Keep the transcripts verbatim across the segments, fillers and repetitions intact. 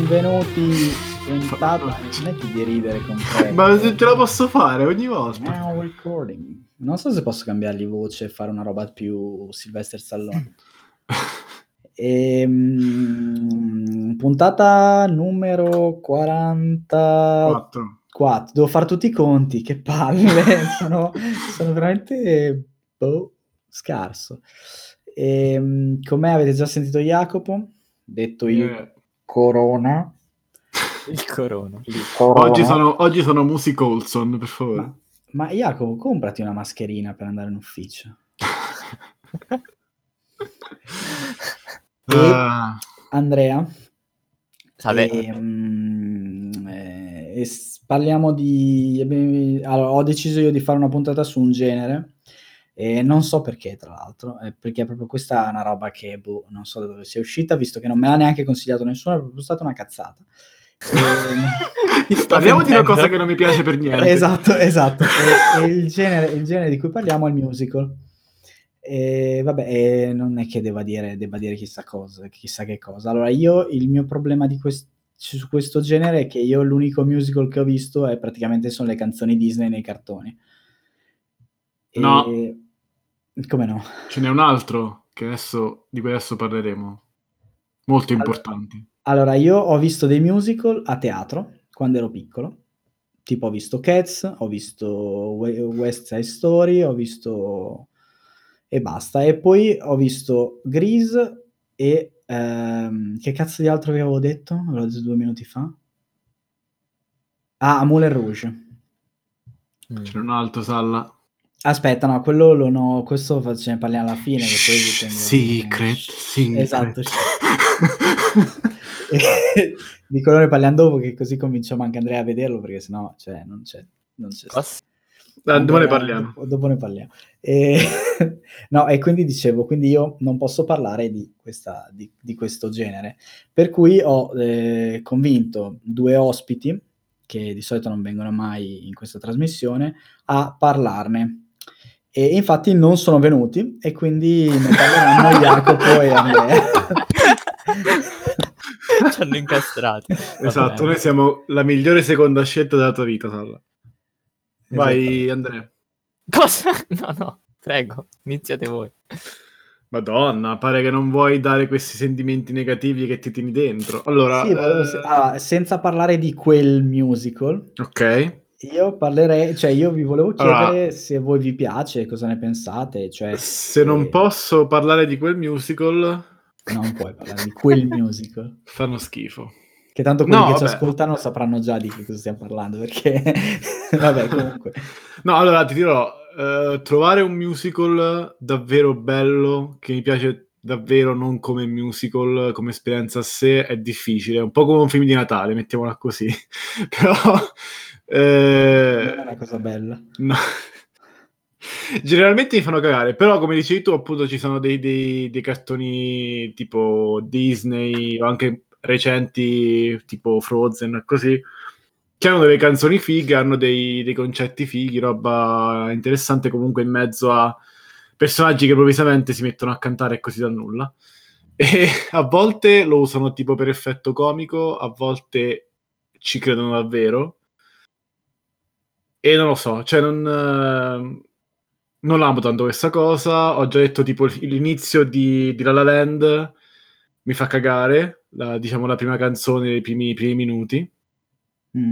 benvenuti puntata. Non smetti di ridere con te. Ma se ce la posso fare ogni volta. Now recording. Non so se posso cambiargli voce e fare una roba più Sylvester Stallone. Ehm, puntata numero quarantaquattro. Devo fare tutti i conti, che palle. sono, sono veramente boh, scarso. Ehm, con me avete già sentito Jacopo, detto io Yeah. Corona. Il corona. Il corona. Oggi sono, oggi sono Music Olson, per favore. Ma, ma Jacopo, comprati una mascherina per andare in ufficio. E Uh, Andrea. Vabbè. E, mm, eh, e s- parliamo di... eh, Allora, ho deciso io di fare una puntata su un genere. E non so perché, tra l'altro, eh, perché proprio questa è una roba che boh, non so da dove sia uscita, visto che non me l'ha neanche consigliato nessuno, è proprio stata una cazzata. E... Parliamo di una cosa che non mi piace per niente. Esatto, esatto. E, e il, genere, il genere di cui parliamo è il musical. E vabbè, e non è che debba dire, debba dire chissà cosa, chissà che cosa. Allora, io il mio problema di quest- su questo genere è che io l'unico musical che ho visto è praticamente sono le canzoni Disney nei cartoni. No. E... Come no? Ce n'è un altro che adesso, di cui adesso parleremo. Molto importante. Allora, io ho visto dei musical a teatro quando ero piccolo. Tipo ho visto Cats, ho visto West Side Story, ho visto... e basta. E poi ho visto Grease e... Ehm, che cazzo di altro vi avevo detto? L'ho detto due minuti fa. Ah, Moulin Rouge. Mm. C'è un altro, Salla. Aspetta, no, quello lo no, questo fa- ce ne parliamo alla fine. Che poi vi tengo- Secret, secret. Esatto. Di quello ne parliamo dopo, che così convinciamo anche Andrea a vederlo, perché sennò cioè, non c'è, non c'è Cosa? Ah, dopo ne Andrea, parliamo. Dopo, dopo ne parliamo. E, no, e quindi dicevo, quindi io non posso parlare di, questa, di, di questo genere, per cui ho eh, convinto due ospiti, che di solito non vengono mai in questa trasmissione, a parlarne. E infatti non sono venuti, e quindi ne parleranno Jacopo e Andrea. Ci hanno incastrati. Esatto, Vabbè. noi siamo la migliore seconda scelta della tua vita, Salla. Vai, Andrea. Cosa? No, no, prego, iniziate voi. Madonna, pare che non vuoi dare questi sentimenti negativi che ti tieni dentro. Allora, Sì, volevo se- eh, ah, senza parlare di quel musical, ok. io parlerei, cioè io vi volevo chiedere Allora, se a voi vi piace, cosa ne pensate, cioè se non eh, posso parlare di quel musical, non puoi parlare di quel musical, fanno schifo. che tanto quelli No, che ci vabbè. ascoltano sapranno già di che cosa stiamo parlando, perché vabbè, comunque. No, allora ti dirò, eh, trovare un musical davvero bello, che mi piace davvero non come musical, come esperienza a sé, è difficile. È un po' come un film di Natale, mettiamola così. Però... eh, Non è una cosa bella. No. Generalmente mi fanno cagare, però come dicevi tu, appunto, ci sono dei, dei, dei cartoni tipo Disney o anche recenti tipo Frozen, così, che hanno delle canzoni fighe, hanno dei, dei concetti fighi, roba interessante comunque in mezzo a personaggi che improvvisamente si mettono a cantare così dal nulla. E a volte lo usano tipo per effetto comico, a volte ci credono davvero. E non lo so, cioè non, eh, non amo tanto questa cosa. Ho già detto tipo l'inizio di, di La La Land mi fa cagare, la, diciamo la prima canzone dei primi, primi minuti. Mm.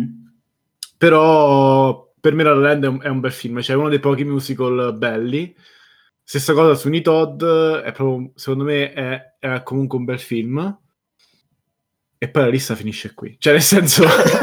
Però per me La La Land è un, è un bel film, cioè è uno dei pochi musical belli. Stessa cosa su Todd, è proprio, secondo me è, è comunque un bel film. E poi la lista finisce qui. Cioè, nel senso...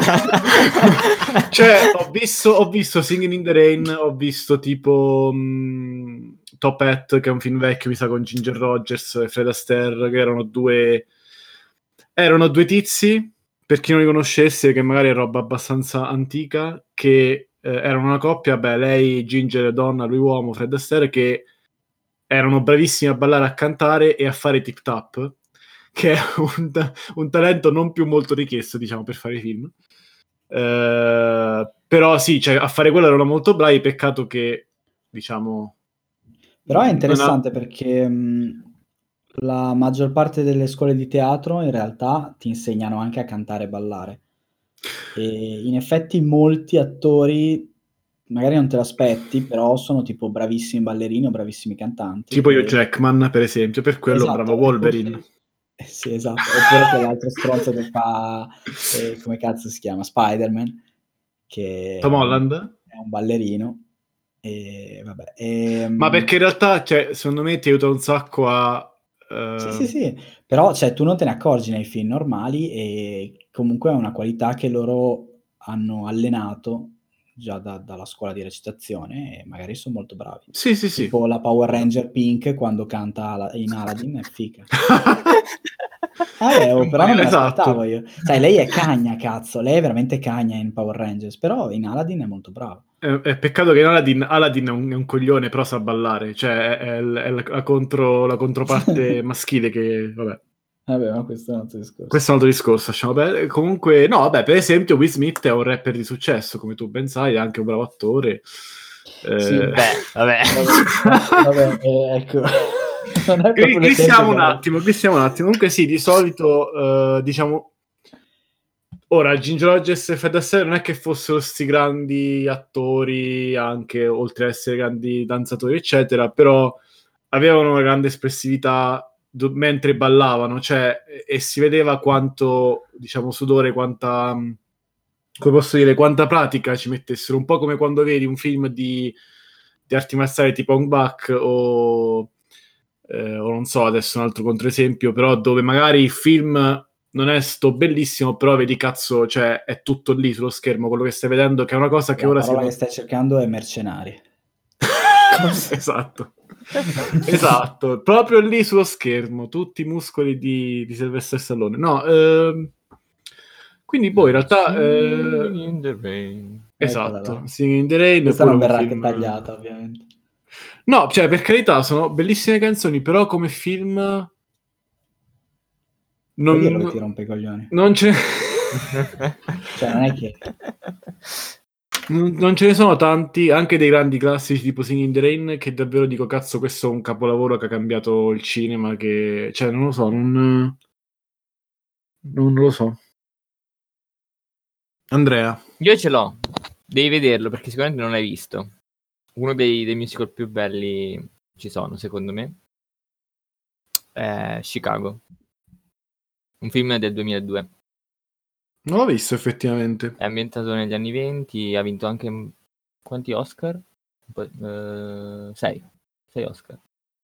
cioè, ho visto, ho visto Singing in the Rain, ho visto tipo mh, Top Hat, che è un film vecchio, mi sa, con Ginger Rogers e Fred Astaire, che erano due... Erano due tizi, per chi non li conoscesse, che magari è roba abbastanza antica, che eh, erano una coppia, beh, lei Ginger è donna, lui uomo, Fred Astaire, che erano bravissimi a ballare, a cantare e a fare tip-tap, che è un, un talento non più molto richiesto, diciamo, per fare film. Eh, però sì, cioè, a fare quello erano molto bravi, peccato che, diciamo... Però è interessante ha... perché mh, la maggior parte delle scuole di teatro in realtà ti insegnano anche a cantare e ballare. E in effetti molti attori magari non te l'aspetti, però sono tipo bravissimi ballerini o bravissimi cantanti. Tipo io e... Jackman, per esempio, per quello Esatto, bravo e Wolverine. forse- eh, sì, esatto. Oppure quell'altro stronzo che fa, eh, come cazzo si chiama? Spider-Man, che Tom è un, Holland? è un ballerino. E vabbè. Ma ehm, perché in realtà, cioè, secondo me ti aiuta un sacco a... Sì, sì, eh, sì, però cioè, tu non te ne accorgi nei film normali e comunque è una qualità che loro hanno allenato già da- dalla scuola di recitazione e magari sono molto bravi. Sì, sì, sì. Tipo la Power Ranger Pink quando canta Ala- in Aladdin è figa. Ah, beh, oh, però non me l'aspettavo Esatto. io. Sai, lei è cagna, cazzo, lei è veramente cagna in Power Rangers, però in Aladdin è molto brava. È, è peccato che in Aladdin, Aladdin è un, è un coglione, però sa ballare. Cioè, è, è l- è la, la contro- la controparte maschile che... Vabbè. Vabbè, ma questo è un altro discorso. Questo è un altro discorso. lasciamo perdere. Comunque, no, vabbè, per esempio, Will Smith è un rapper di successo, come tu ben sai, è anche un bravo attore. Eh, Sì, Beh, vabbè. Vabbè, vabbè, eh, ecco. Non è proprio Gli- un glissiamo esempio un che- attimo, glissiamo un attimo. Comunque sì, di solito, eh, diciamo... Ora, Ginger Rogers e Fred Astaire non è che fossero questi grandi attori, anche oltre ad essere grandi danzatori, eccetera, però avevano una grande espressività do- mentre ballavano, cioè, e, e si vedeva quanto, diciamo, sudore, quanta, mh, come posso dire, quanta pratica ci mettessero, un po' come quando vedi un film di, di arti marziali tipo Hong Bak o, eh, o non so, adesso un altro controesempio, però dove magari il film non è sto bellissimo, però vedi cazzo, cioè è tutto lì sullo schermo, quello che stai vedendo, che è una cosa che La ora si... parola che stai cercando è mercenari. Esatto. Esatto, proprio lì sullo schermo, tutti i muscoli di, di Sylvester Stallone. No, ehm, quindi boh, in realtà... eh, Singing in the rain. Eccola esatto, là. Singing in the Rain Questa pure non un verrà film... tagliata, ovviamente. No, cioè, per carità, sono bellissime canzoni, però come film... Puoi dirlo che Non, ti rompe i coglioni. non ce... Cioè, non è che... Non non ce ne sono tanti, anche dei grandi classici tipo Singing in the Rain, che davvero dico, cazzo, questo è un capolavoro che ha cambiato il cinema, che... Cioè, non lo so, non... Non lo so. Andrea. Io ce l'ho, devi vederlo perché sicuramente non l'hai visto. Uno dei, dei musical più belli ci sono, secondo me, è Chicago. Un film del duemiladue. Non l'ho visto, effettivamente. È ambientato negli anni venti, ha vinto anche quanti Oscar? Un po', eh, sei. Sei Oscar.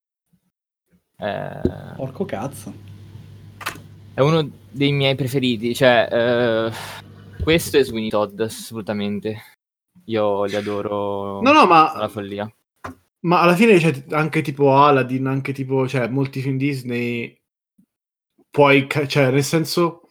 Eh, Porco cazzo. è uno dei miei preferiti, cioè eh, questo è Sweeney Todd, assolutamente. Io li adoro No, no, ma... alla follia. Ma alla fine c'è anche tipo Aladdin, anche tipo... Cioè, molti film Disney... Poi... ca- Cioè, nel senso...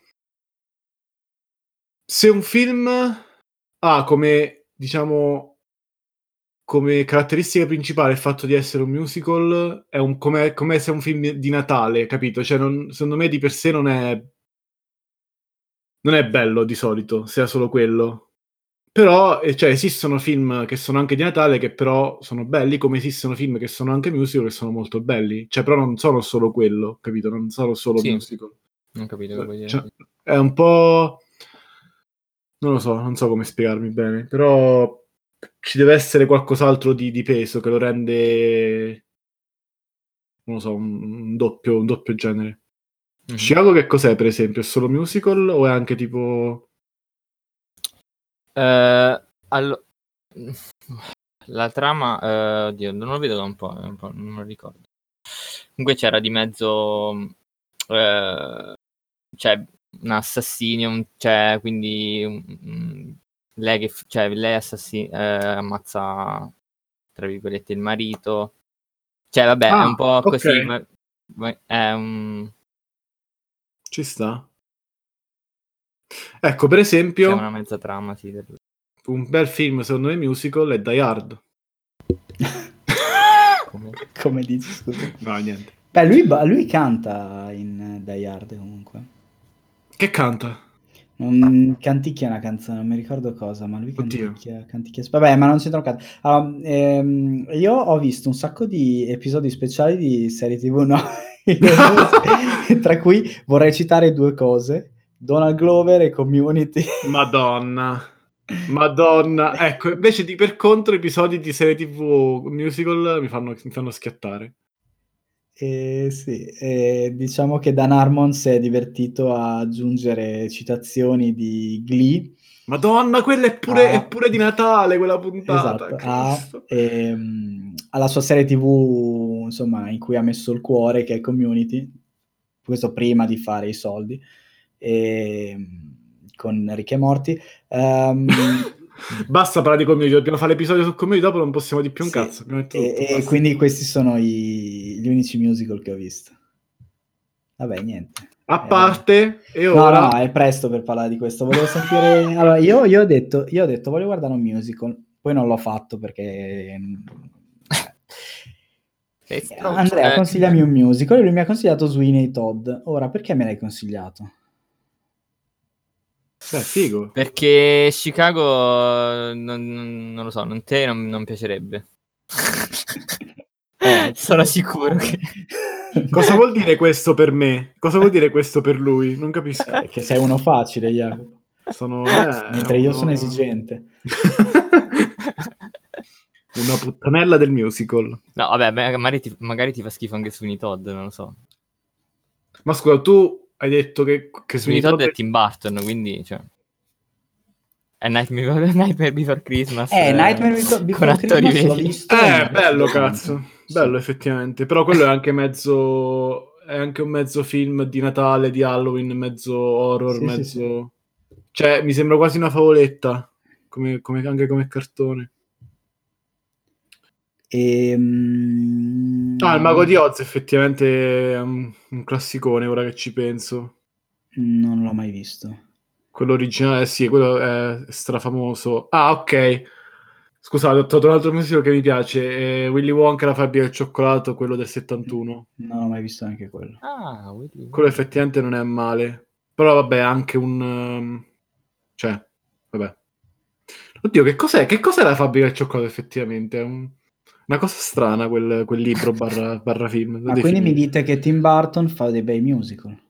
Se un film ha come, diciamo... come caratteristica principale il fatto di essere un musical, è un, come, come se è un film di Natale, capito? Cioè, non, secondo me di per sé non è non è bello di solito, se è solo quello. Però, eh, cioè, esistono film che sono anche di Natale che però sono belli, come esistono film che sono anche musical che sono molto belli. Cioè, però non sono solo quello, capito? Non sono solo Sì. musical. Non capito che vuoi dire. Cioè, è un po'... Non lo so, non so come spiegarmi bene, però ci deve essere qualcos'altro di, di peso che lo rende, non lo so, un, un doppio, un doppio genere. Mhm. Chicago che cos'è, per esempio? È solo musical o è anche tipo... Eh, allo- La trama, eh, oddio, non lo vedo da un po', è un po', non me lo ricordo. Comunque c'era di mezzo, eh, cioè un assassinio, un- cioè quindi un- un- lei che, f- cioè lei assassi- eh, ammazza tra virgolette il marito. Cioè vabbè, è Ah, un po' ok. così, ma, ma è un, Ci sta. Ecco, per c'è esempio, una mezza trama, sì. del- un bel film, secondo me, musical è Die Hard. come- Come dici, scusa? No, niente. Beh, lui, ba- lui canta in Die Hard comunque. Che canta? Non canticchia una canzone, non mi ricordo cosa, ma lui Oddio. canticchia, canticchia. Vabbè, ma non c'entra un cazzo. Allora, ehm, io ho visto un sacco di episodi speciali di serie tivù, no? Tra cui vorrei citare due cose: Donald Glover e Community. Madonna, Madonna. Ecco, invece di per contro episodi di serie tv musical mi fanno, mi fanno schiattare. Eh, sì, eh, diciamo che Dan Harmon si è divertito a aggiungere citazioni di Glee. Madonna, quella è pure, Ah. è pure di Natale, quella puntata. Esatto, a, ehm, alla sua serie tv, insomma, in cui ha messo il cuore, che è Community, questo prima di fare i soldi, e, con Rick e Morty. Um, Basta parlare di Community, dobbiamo fare l'episodio su Community, dopo non possiamo di più un sì, cazzo. e, Tutto, e quindi questi sono i, gli unici musical che ho visto. Vabbè, niente. A parte, eh, e no, ora... no, è presto per parlare di questo. Volevo sentire... Allora, io, io, ho detto, io ho detto, voglio guardare un musical, poi non l'ho fatto perché... Eh, Andrea, consigliami un musical. E lui mi ha consigliato Sweeney Todd. Ora, perché me l'hai consigliato? Beh, figo. Perché Chicago, non, non lo so, non te non, non piacerebbe. Eh, sono sicuro che... Cosa vuol dire questo per me? Cosa vuol dire questo per lui? Non capisco. Eh, che sei uno facile, Jacopo. Sono, eh, Mentre io uno... sono esigente. Una puttanella del musical. No, vabbè, magari ti, magari ti fa schifo anche Sweeney Todd, non lo so. Ma scusa, tu hai detto che, che Sweeney Todd è Tim Burton, quindi... Cioè... È Nightmare, Nightmare Before Christmas. Eh, Nightmare Before, Before Christmas l'ho visto. Eh, bello, cazzo. Bello, sì. Effettivamente. Però quello è anche mezzo... È anche un mezzo film di Natale, di Halloween, mezzo horror, sì, mezzo... Sì, sì. Cioè, mi sembra quasi una favoletta, come, come, anche come cartone. E, um... Ah, il Mago di Oz effettivamente è un, un classicone, ora che ci penso. Non l'ho mai visto. Quello originale, sì, quello è strafamoso. Ah, ok. Scusate, ho trovato un altro musical che mi piace. Eh, Willy Wonka e la fabbrica del cioccolato, quello del settantuno. Non ho mai visto anche quello. Ah, Willy quello effettivamente non è male. Però vabbè, anche un... Um... Cioè, vabbè. Oddio, che cos'è? Che cos'è la fabbrica del cioccolato effettivamente? È un... una cosa strana quel, quel libro barra, barra film. Ma quindi finire. Mi dite che Tim Burton fa dei bei musical?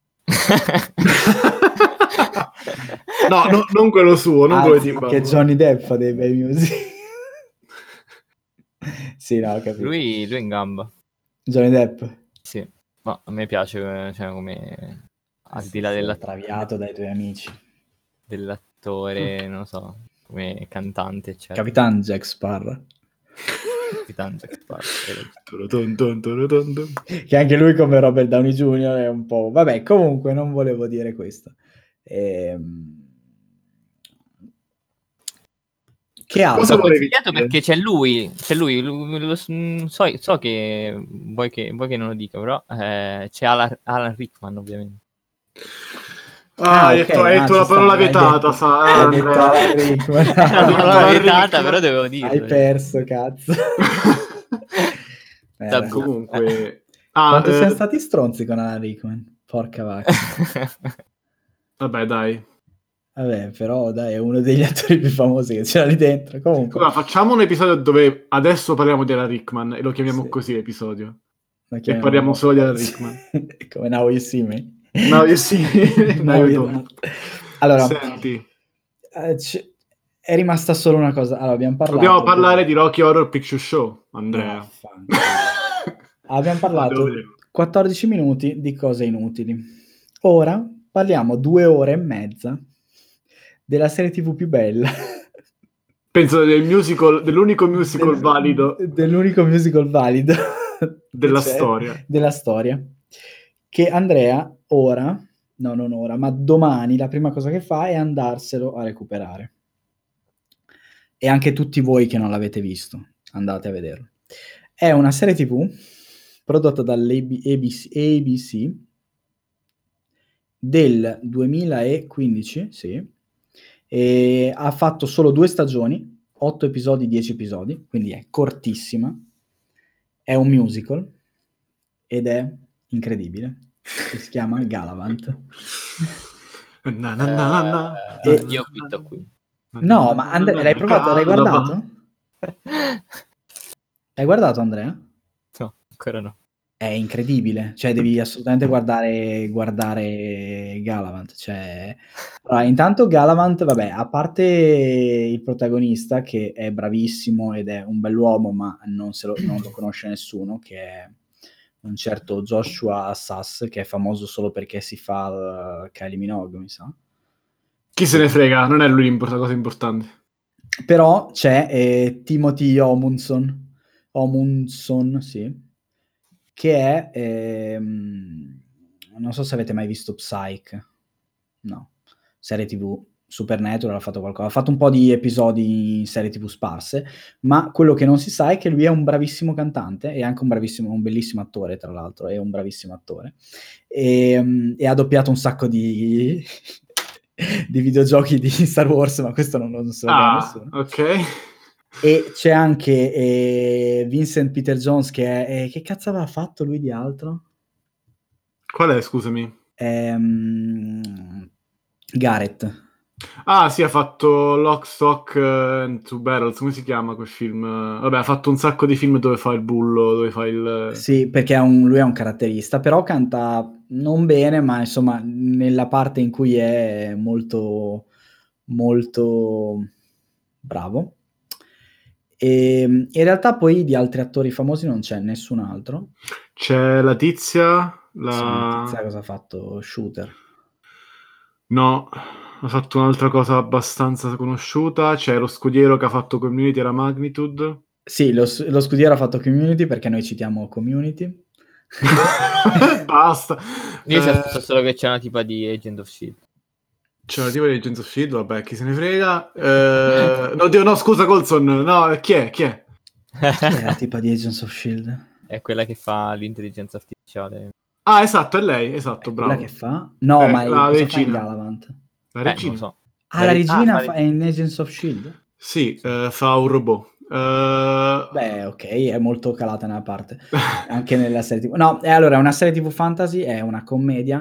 No, no, non quello suo, non quello di che Johnny Depp fa dei bei musical. Sì, no, ho capito. Lui, lui è in gamba. Johnny Depp? Sì, ma a me piace, cioè, come al di là della... traviato dai tuoi amici. Dell'attore, non lo so, come cantante, eccetera. Capitan Jack Sparrow. Capitan Jack Sparrow. Che anche lui come Robert Downey junior è un po'... Vabbè, comunque non volevo dire questo. Ehm... Che altro? L'ho consigliato perché c'è lui, c'è lui, lui lo, so, so che vuoi, che vuoi che non lo dica, però eh, c'è Alan, Alan Rickman ovviamente. Ah, hai detto, hai detto la parola vietata, sa. Hai detto Alan Rickman. La parola vietata, però devo dire. Hai perso, cazzo. eh, comunque... Ah, Quanto eh... siamo stati stronzi con Alan Rickman? Porca vacca. Vabbè, dai. Vabbè, però dai, è uno degli attori più famosi che c'era lì dentro. Comunque, allora, facciamo un episodio dove adesso parliamo di Alan Rickman e lo chiamiamo sì. così l'episodio. E parliamo solo di Alan Rickman. Come Now You See Me. Now You See Me. Now you don't. Allora, senti, eh, c- è rimasta solo una cosa. Allora, abbiamo parlato. Dobbiamo parlare di Rocky Horror Picture Show, Andrea. Oh, abbiamo parlato quattordici minuti di cose inutili. Ora parliamo due ore e mezza della serie tivù più bella. Penso del musical, dell'unico musical del, valido. Dell'unico musical valido. Della storia. Della storia. Che Andrea ora, no non ora, ma domani la prima cosa che fa è andarselo a recuperare. E anche tutti voi che non l'avete visto, andate a vederlo. È una serie tivù prodotta dall'A B C, A B C del duemilaquindici, sì. E ha fatto solo due stagioni, otto episodi, dieci episodi, quindi è cortissima, è un musical ed è incredibile, si chiama Galavant. na, na, na, na. Eh, e... Io quitto qui. No, ma Andrea, l'hai provato? L'hai guardato? L'hai guardato, Andrea? No, ancora no. È incredibile, cioè devi assolutamente guardare guardare Galavant, cioè allora intanto Galavant, vabbè, a parte il protagonista che è bravissimo ed è un bell'uomo, ma non se lo non lo conosce nessuno, che è un certo Joshua Sass, che è famoso solo perché si fa uh, Kylie Minogue, mi sa. Chi se ne frega, non è lui l'import- la cosa importante. Però c'è eh, Timothy Omundson, Omundson, sì, che è, ehm, non so se avete mai visto Psych, no, serie tv, Supernatural ha fatto qualcosa, ha fatto un po' di episodi in serie tv sparse, ma quello che non si sa è che lui è un bravissimo cantante e anche un bravissimo, un bellissimo attore, tra l'altro, è un bravissimo attore, e, e ha doppiato un sacco di, di videogiochi di Star Wars, ma questo non, non se lo vede Ah, nessuno. ok. E c'è anche eh, Vincent Peter Jones che è... Eh, che cazzo aveva fatto lui di altro? Qual è, scusami? Ehm, Gareth. Ah, sì, ha fatto Lock, Stock and Two Barrels, come si chiama quel film? Vabbè, ha fatto un sacco di film dove fa il bullo, dove fa il... Sì, perché è un, lui è un caratterista, però canta non bene, ma insomma nella parte in cui è molto, molto bravo. E in realtà poi di altri attori famosi non c'è nessun altro. C'è la tizia, Sì, tizia la... cosa ha fatto? Shooter. No, ha fatto un'altra cosa abbastanza conosciuta. C'è lo scudiero che ha fatto Community alla Magnitude. Sì, lo, lo scudiero ha fatto Community perché noi citiamo Community. Basta. Io Eh, so solo che c'è una tipa di Agent of Shield. c'è una tipa di Agents of Shield, vabbè, chi se ne frega. Eh, no, Dio, no, scusa, Colson. No, chi è? Chi è? Chi è la tipa di Agents of Shield? È quella che fa l'intelligenza artificiale. Ah, esatto, è lei, esatto, È quella bravo. che fa? No, Eh, ma la cosa fa in regina. Galavant? La Eh, non regina. lo so. Ah, la re- regina ah, fa- fa- è in Agents of Shield? Sì, eh, fa un robot. Eh, Beh, ok, è molto calata nella parte. Anche nella serie tivù. No, e allora, è una serie tivù fantasy, è una commedia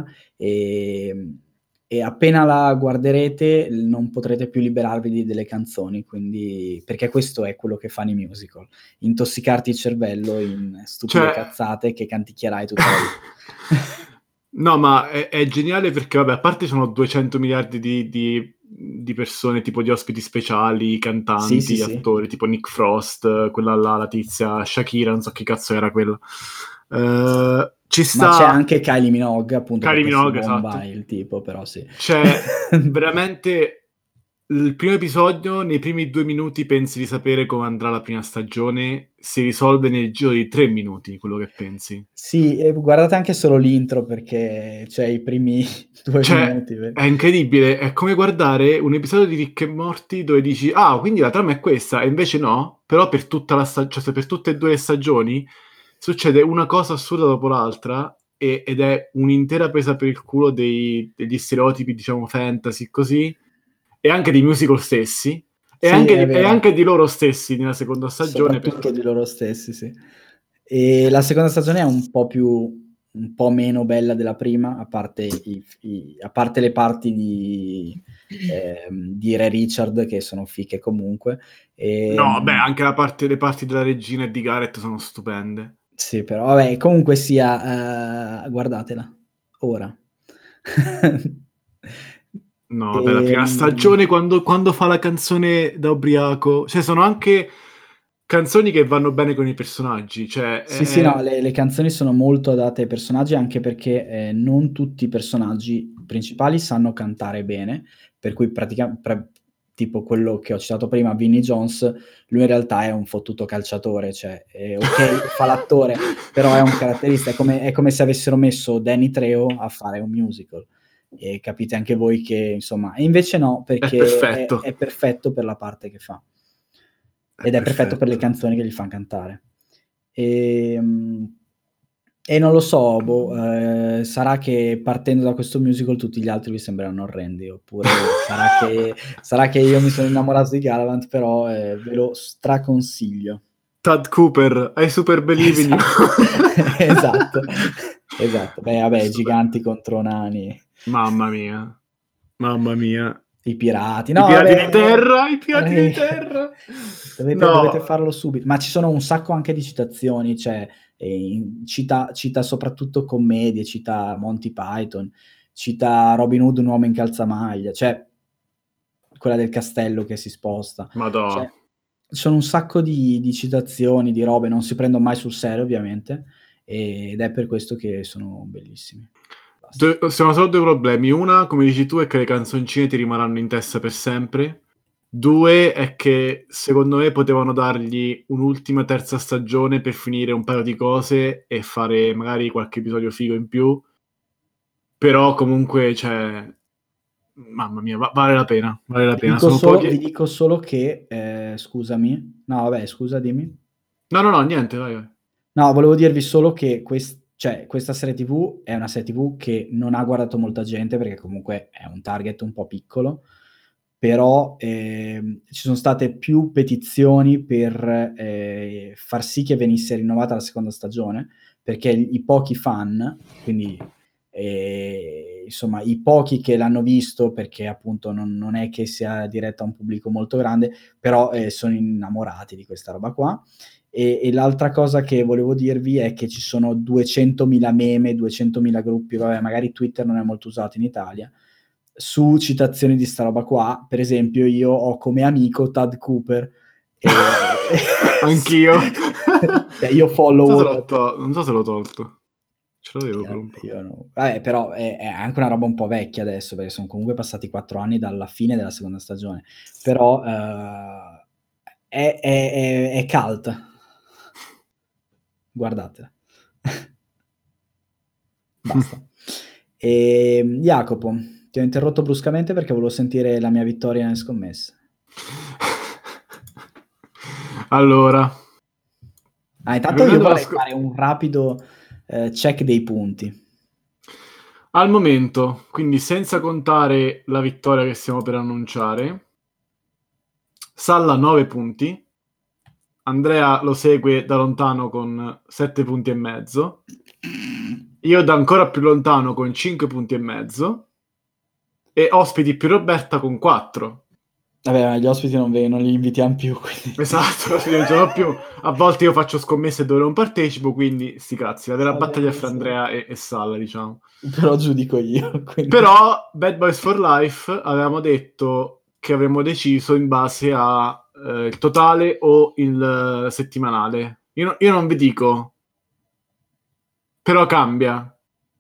e, e appena la guarderete non potrete più liberarvi di- delle canzoni, quindi, perché questo è quello che fanno i musical, intossicarti il cervello in stupide cioè... cazzate che canticchierai tutta la vita. No, ma è, è geniale perché, vabbè, a parte ci sono duecento miliardi di, di, di persone, tipo di ospiti speciali, cantanti, Sì, sì, sì. attori, tipo Nick Frost, quella là, la tizia, Shakira, non so chi cazzo era quella. Eh, ci Ma c'è sta... anche Kylie Minogue, appunto, Kylie perché si Minogue, bomba esatto. il tipo, però sì. C'è veramente... Il primo episodio, nei primi due minuti pensi di sapere come andrà la prima stagione, si risolve nel giro di tre minuti quello che pensi. Sì, e guardate anche solo l'intro perché c'è i primi due Cioè, minuti. è incredibile, è come guardare un episodio di Rick e Morty dove dici, ah, quindi la trama è questa, e invece no, però per tutta la stag- cioè, per tutte e due le stagioni succede una cosa assurda dopo l'altra, e- ed è un'intera presa per il culo dei- degli stereotipi, diciamo, fantasy, così, e anche dei musical stessi, e Sì, anche è di, e vero. anche di loro stessi nella seconda stagione, Soprattutto perché... di loro stessi, sì. E la seconda stagione è un po' più, un po' meno bella della prima, a parte, i, i- a parte le parti di, ehm, di Re Richard che sono fiche comunque. E, No, beh, anche la parte, le parti della regina e di Gareth sono stupende. sì, però vabbè, comunque sia, eh, guardatela, ora. No, beh, la prima Ehm, stagione quando, quando fa la canzone da ubriaco, cioè sono anche canzoni che vanno bene con i personaggi, cioè Sì, sì, no, è- le, le canzoni sono molto adatte ai personaggi anche perché eh, non tutti i personaggi principali sanno cantare bene, per cui praticamente, tipo quello che ho citato prima, Vinnie Jones, lui in realtà è un fottuto calciatore, cioè, eh, ok, fa l'attore, però è un caratterista, è come, è come se avessero messo Danny Trejo a fare un musical, e capite anche voi che, insomma, e invece no, è perché è, perfetto. è perfetto per la parte che fa, È ed è perfetto per le perfetto. canzoni che gli fa cantare. E, e non lo so, boh, eh, sarà che partendo da questo musical tutti gli altri vi sembreranno orrendi, oppure sarà che, sarà che io mi sono innamorato di Galavant, però eh, ve lo straconsiglio. Tad Cooper, I super believe in you. Esatto, esatto, esatto. Beh, vabbè, Stupendo. giganti contro nani. Mamma mia, mamma mia. I pirati, no, I pirati vabbè, di terra, i pirati eh, di terra. Dovete, No. dovete farlo subito. Ma ci sono un sacco anche di citazioni, cioè eh, cita, cita soprattutto commedie, cita Monty Python, cita Robin Hood, un uomo in calzamaglia, cioè quella del castello che si sposta. Madò. Cioè, ci sono un sacco di, di citazioni, di robe, non si prendono mai sul serio ovviamente, ed è per questo che sono bellissimi. Due, sono solo due problemi. Una, come dici tu, è che le canzoncine ti rimarranno in testa per sempre. Due, è che secondo me potevano dargli un'ultima terza stagione per finire un paio di cose e fare magari qualche episodio figo in più. Però comunque, cioè, mamma mia, va- vale la pena. Vale la Vi pena. dico, Sono solo, pochi... vi dico solo che, eh, scusami, no vabbè, scusa, dimmi. No, no, no, niente, vai, vai. No, volevo dirvi solo che quest- cioè, questa serie tivù è una serie tivù che non ha guardato molta gente perché comunque è un target un po' piccolo, però ehm, ci sono state più petizioni per eh, far sì che venisse rinnovata la seconda stagione, perché i, i pochi fan, quindi eh, insomma i pochi che l'hanno visto, perché appunto non, non è che sia diretta a un pubblico molto grande, però eh, sono innamorati di questa roba qua. E, e l'altra cosa che volevo dirvi è che ci sono duecentomila meme, duecentomila gruppi, vabbè, magari Twitter non è molto usato in Italia, su citazioni di sta roba qua. Per esempio io ho come amico Tad Cooper. E... Anch'io. Cioè, io follow... Non so, se l'ho to- non so se l'ho tolto. Ce l'avevo per un po'. Io no. Vabbè, però è, è anche una roba un po' vecchia adesso, perché sono comunque passati quattro anni dalla fine della seconda stagione. Però uh, è, è, è, è cult. Guardatela. Basta. E, Jacopo, ti ho interrotto bruscamente perché volevo sentire la mia vittoria nelle scommesse. Allora, ah, intanto io venendo vorrei sc- fare un rapido eh, check dei punti. al momento, quindi senza contare la vittoria che stiamo per annunciare, Salla nove punti, Andrea lo segue da lontano con sette punti e mezzo, io da ancora più lontano con cinque punti e mezzo e ospiti più Roberta con quattro. Vabbè, ma gli ospiti non, ve- non li invitiamo più. Quindi... Esatto, non sono più. A volte io faccio scommesse dove non partecipo, quindi sti cazzi, la vera Va battaglia fra benissimo. Andrea e, e Salla, diciamo. Però giudico io. Quindi... Però Bad Boys for Life avevamo detto che avremmo deciso in base a eh, il totale o il eh, settimanale. Io, no- io non vi dico, però cambia.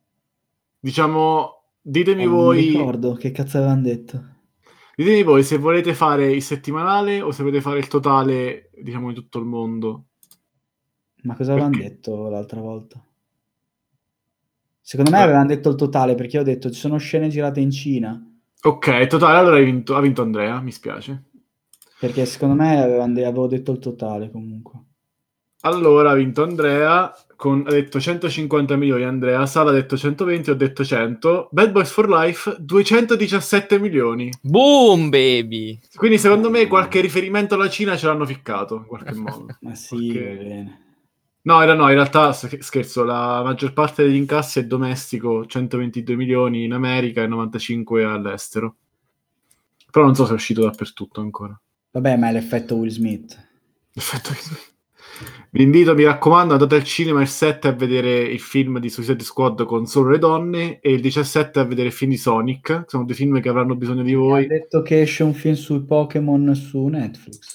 Diciamo, ditemi Eh, non mi voi, ricordo che cazzo avevano detto. ditemi voi se volete fare il settimanale o se volete fare il totale, diciamo, di tutto il mondo. Ma cosa avevano Perché- detto l'altra volta? Secondo me Eh. avevano detto il totale, perché io ho detto ci sono scene girate in Cina. Ok, totale, allora hai vinto, ha vinto Andrea, mi spiace. Perché secondo me avevano de- avevo detto il totale comunque. Allora ha vinto Andrea, con, ha detto centocinquanta milioni Andrea, Sala ha detto centoventi, ho detto cento, Bad Boys for Life duecentodiciassette milioni. Boom, baby! Quindi secondo me qualche riferimento alla Cina ce l'hanno ficcato, in qualche modo. Ma sì, Perché- va bene. No, era, no, in realtà scherzo, la maggior parte degli incassi è domestico, centoventidue milioni in America e novantacinque all'estero. Però non so se è uscito dappertutto ancora. Vabbè, ma è l'effetto Will Smith. Perfetto. Vi invito, mi raccomando, andate al cinema il sette a vedere il film di Suicide Squad con solo le donne e il diciassette a vedere il film di Sonic. Sono due film che avranno bisogno di Mi ha voi. detto che esce un film sui Pokémon su Netflix.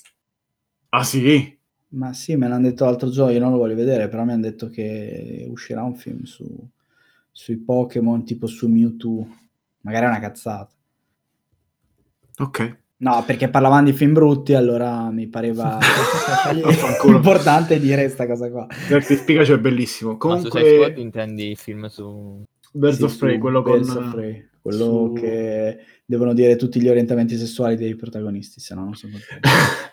Ah sì? Ma sì, me l'hanno detto l'altro giorno, io non lo voglio vedere, però mi hanno detto che uscirà un film su, sui Pokémon, tipo su Mewtwo. Magari è una cazzata. Ok. No, perché parlavamo di film brutti, allora mi pareva Vaffanculo. importante dire questa cosa qua. Detective Pikachu è bellissimo. Ma su Suicide Comunque, Squad intendi il film su... Birds Sì, of Prey, su quello Birds con... of Prey, quello su- che devono dire tutti gli orientamenti sessuali dei protagonisti, se no non sono contento.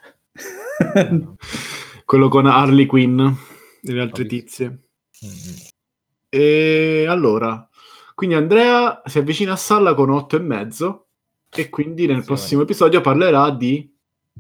No, no. quello con Harley Quinn e le altre Ho visto. tizie. Mm. E allora, quindi Andrea si avvicina a Salla con otto e mezzo e quindi nel Sì, prossimo episodio parlerà di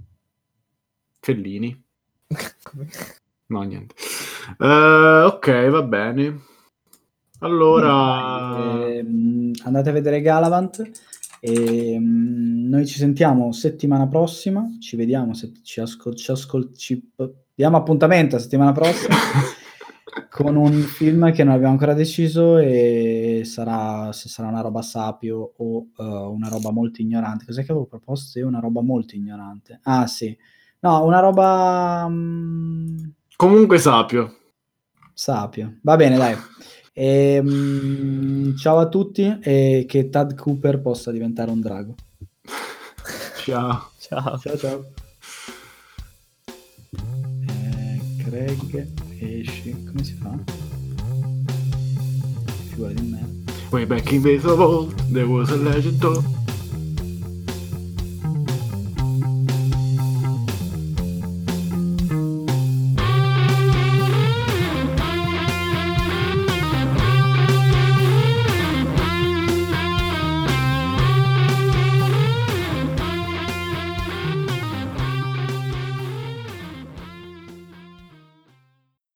Fellini. Come? No, niente. Eh, ok, va bene. Allora, Niente, dai, ehm, andate a vedere Galavant E, mh, noi ci sentiamo settimana prossima, ci vediamo, se ci ascol- ci ascol- ci p- diamo appuntamento la settimana prossima con un film che non abbiamo ancora deciso e sarà se sarà una roba sapio o uh, una roba molto ignorante. Cos'è che avevo proposto? Sì, una roba molto ignorante. Ah sì, no, una roba mh, Comunque sapio. sapio. Va bene, dai. E, mh, ciao a tutti e che Tad Cooper possa diventare un drago. Ciao. Ciao. Ciao ciao. Eh, Craig esci. Come si fa? Figura di me. Way back in days of old, there was a legend of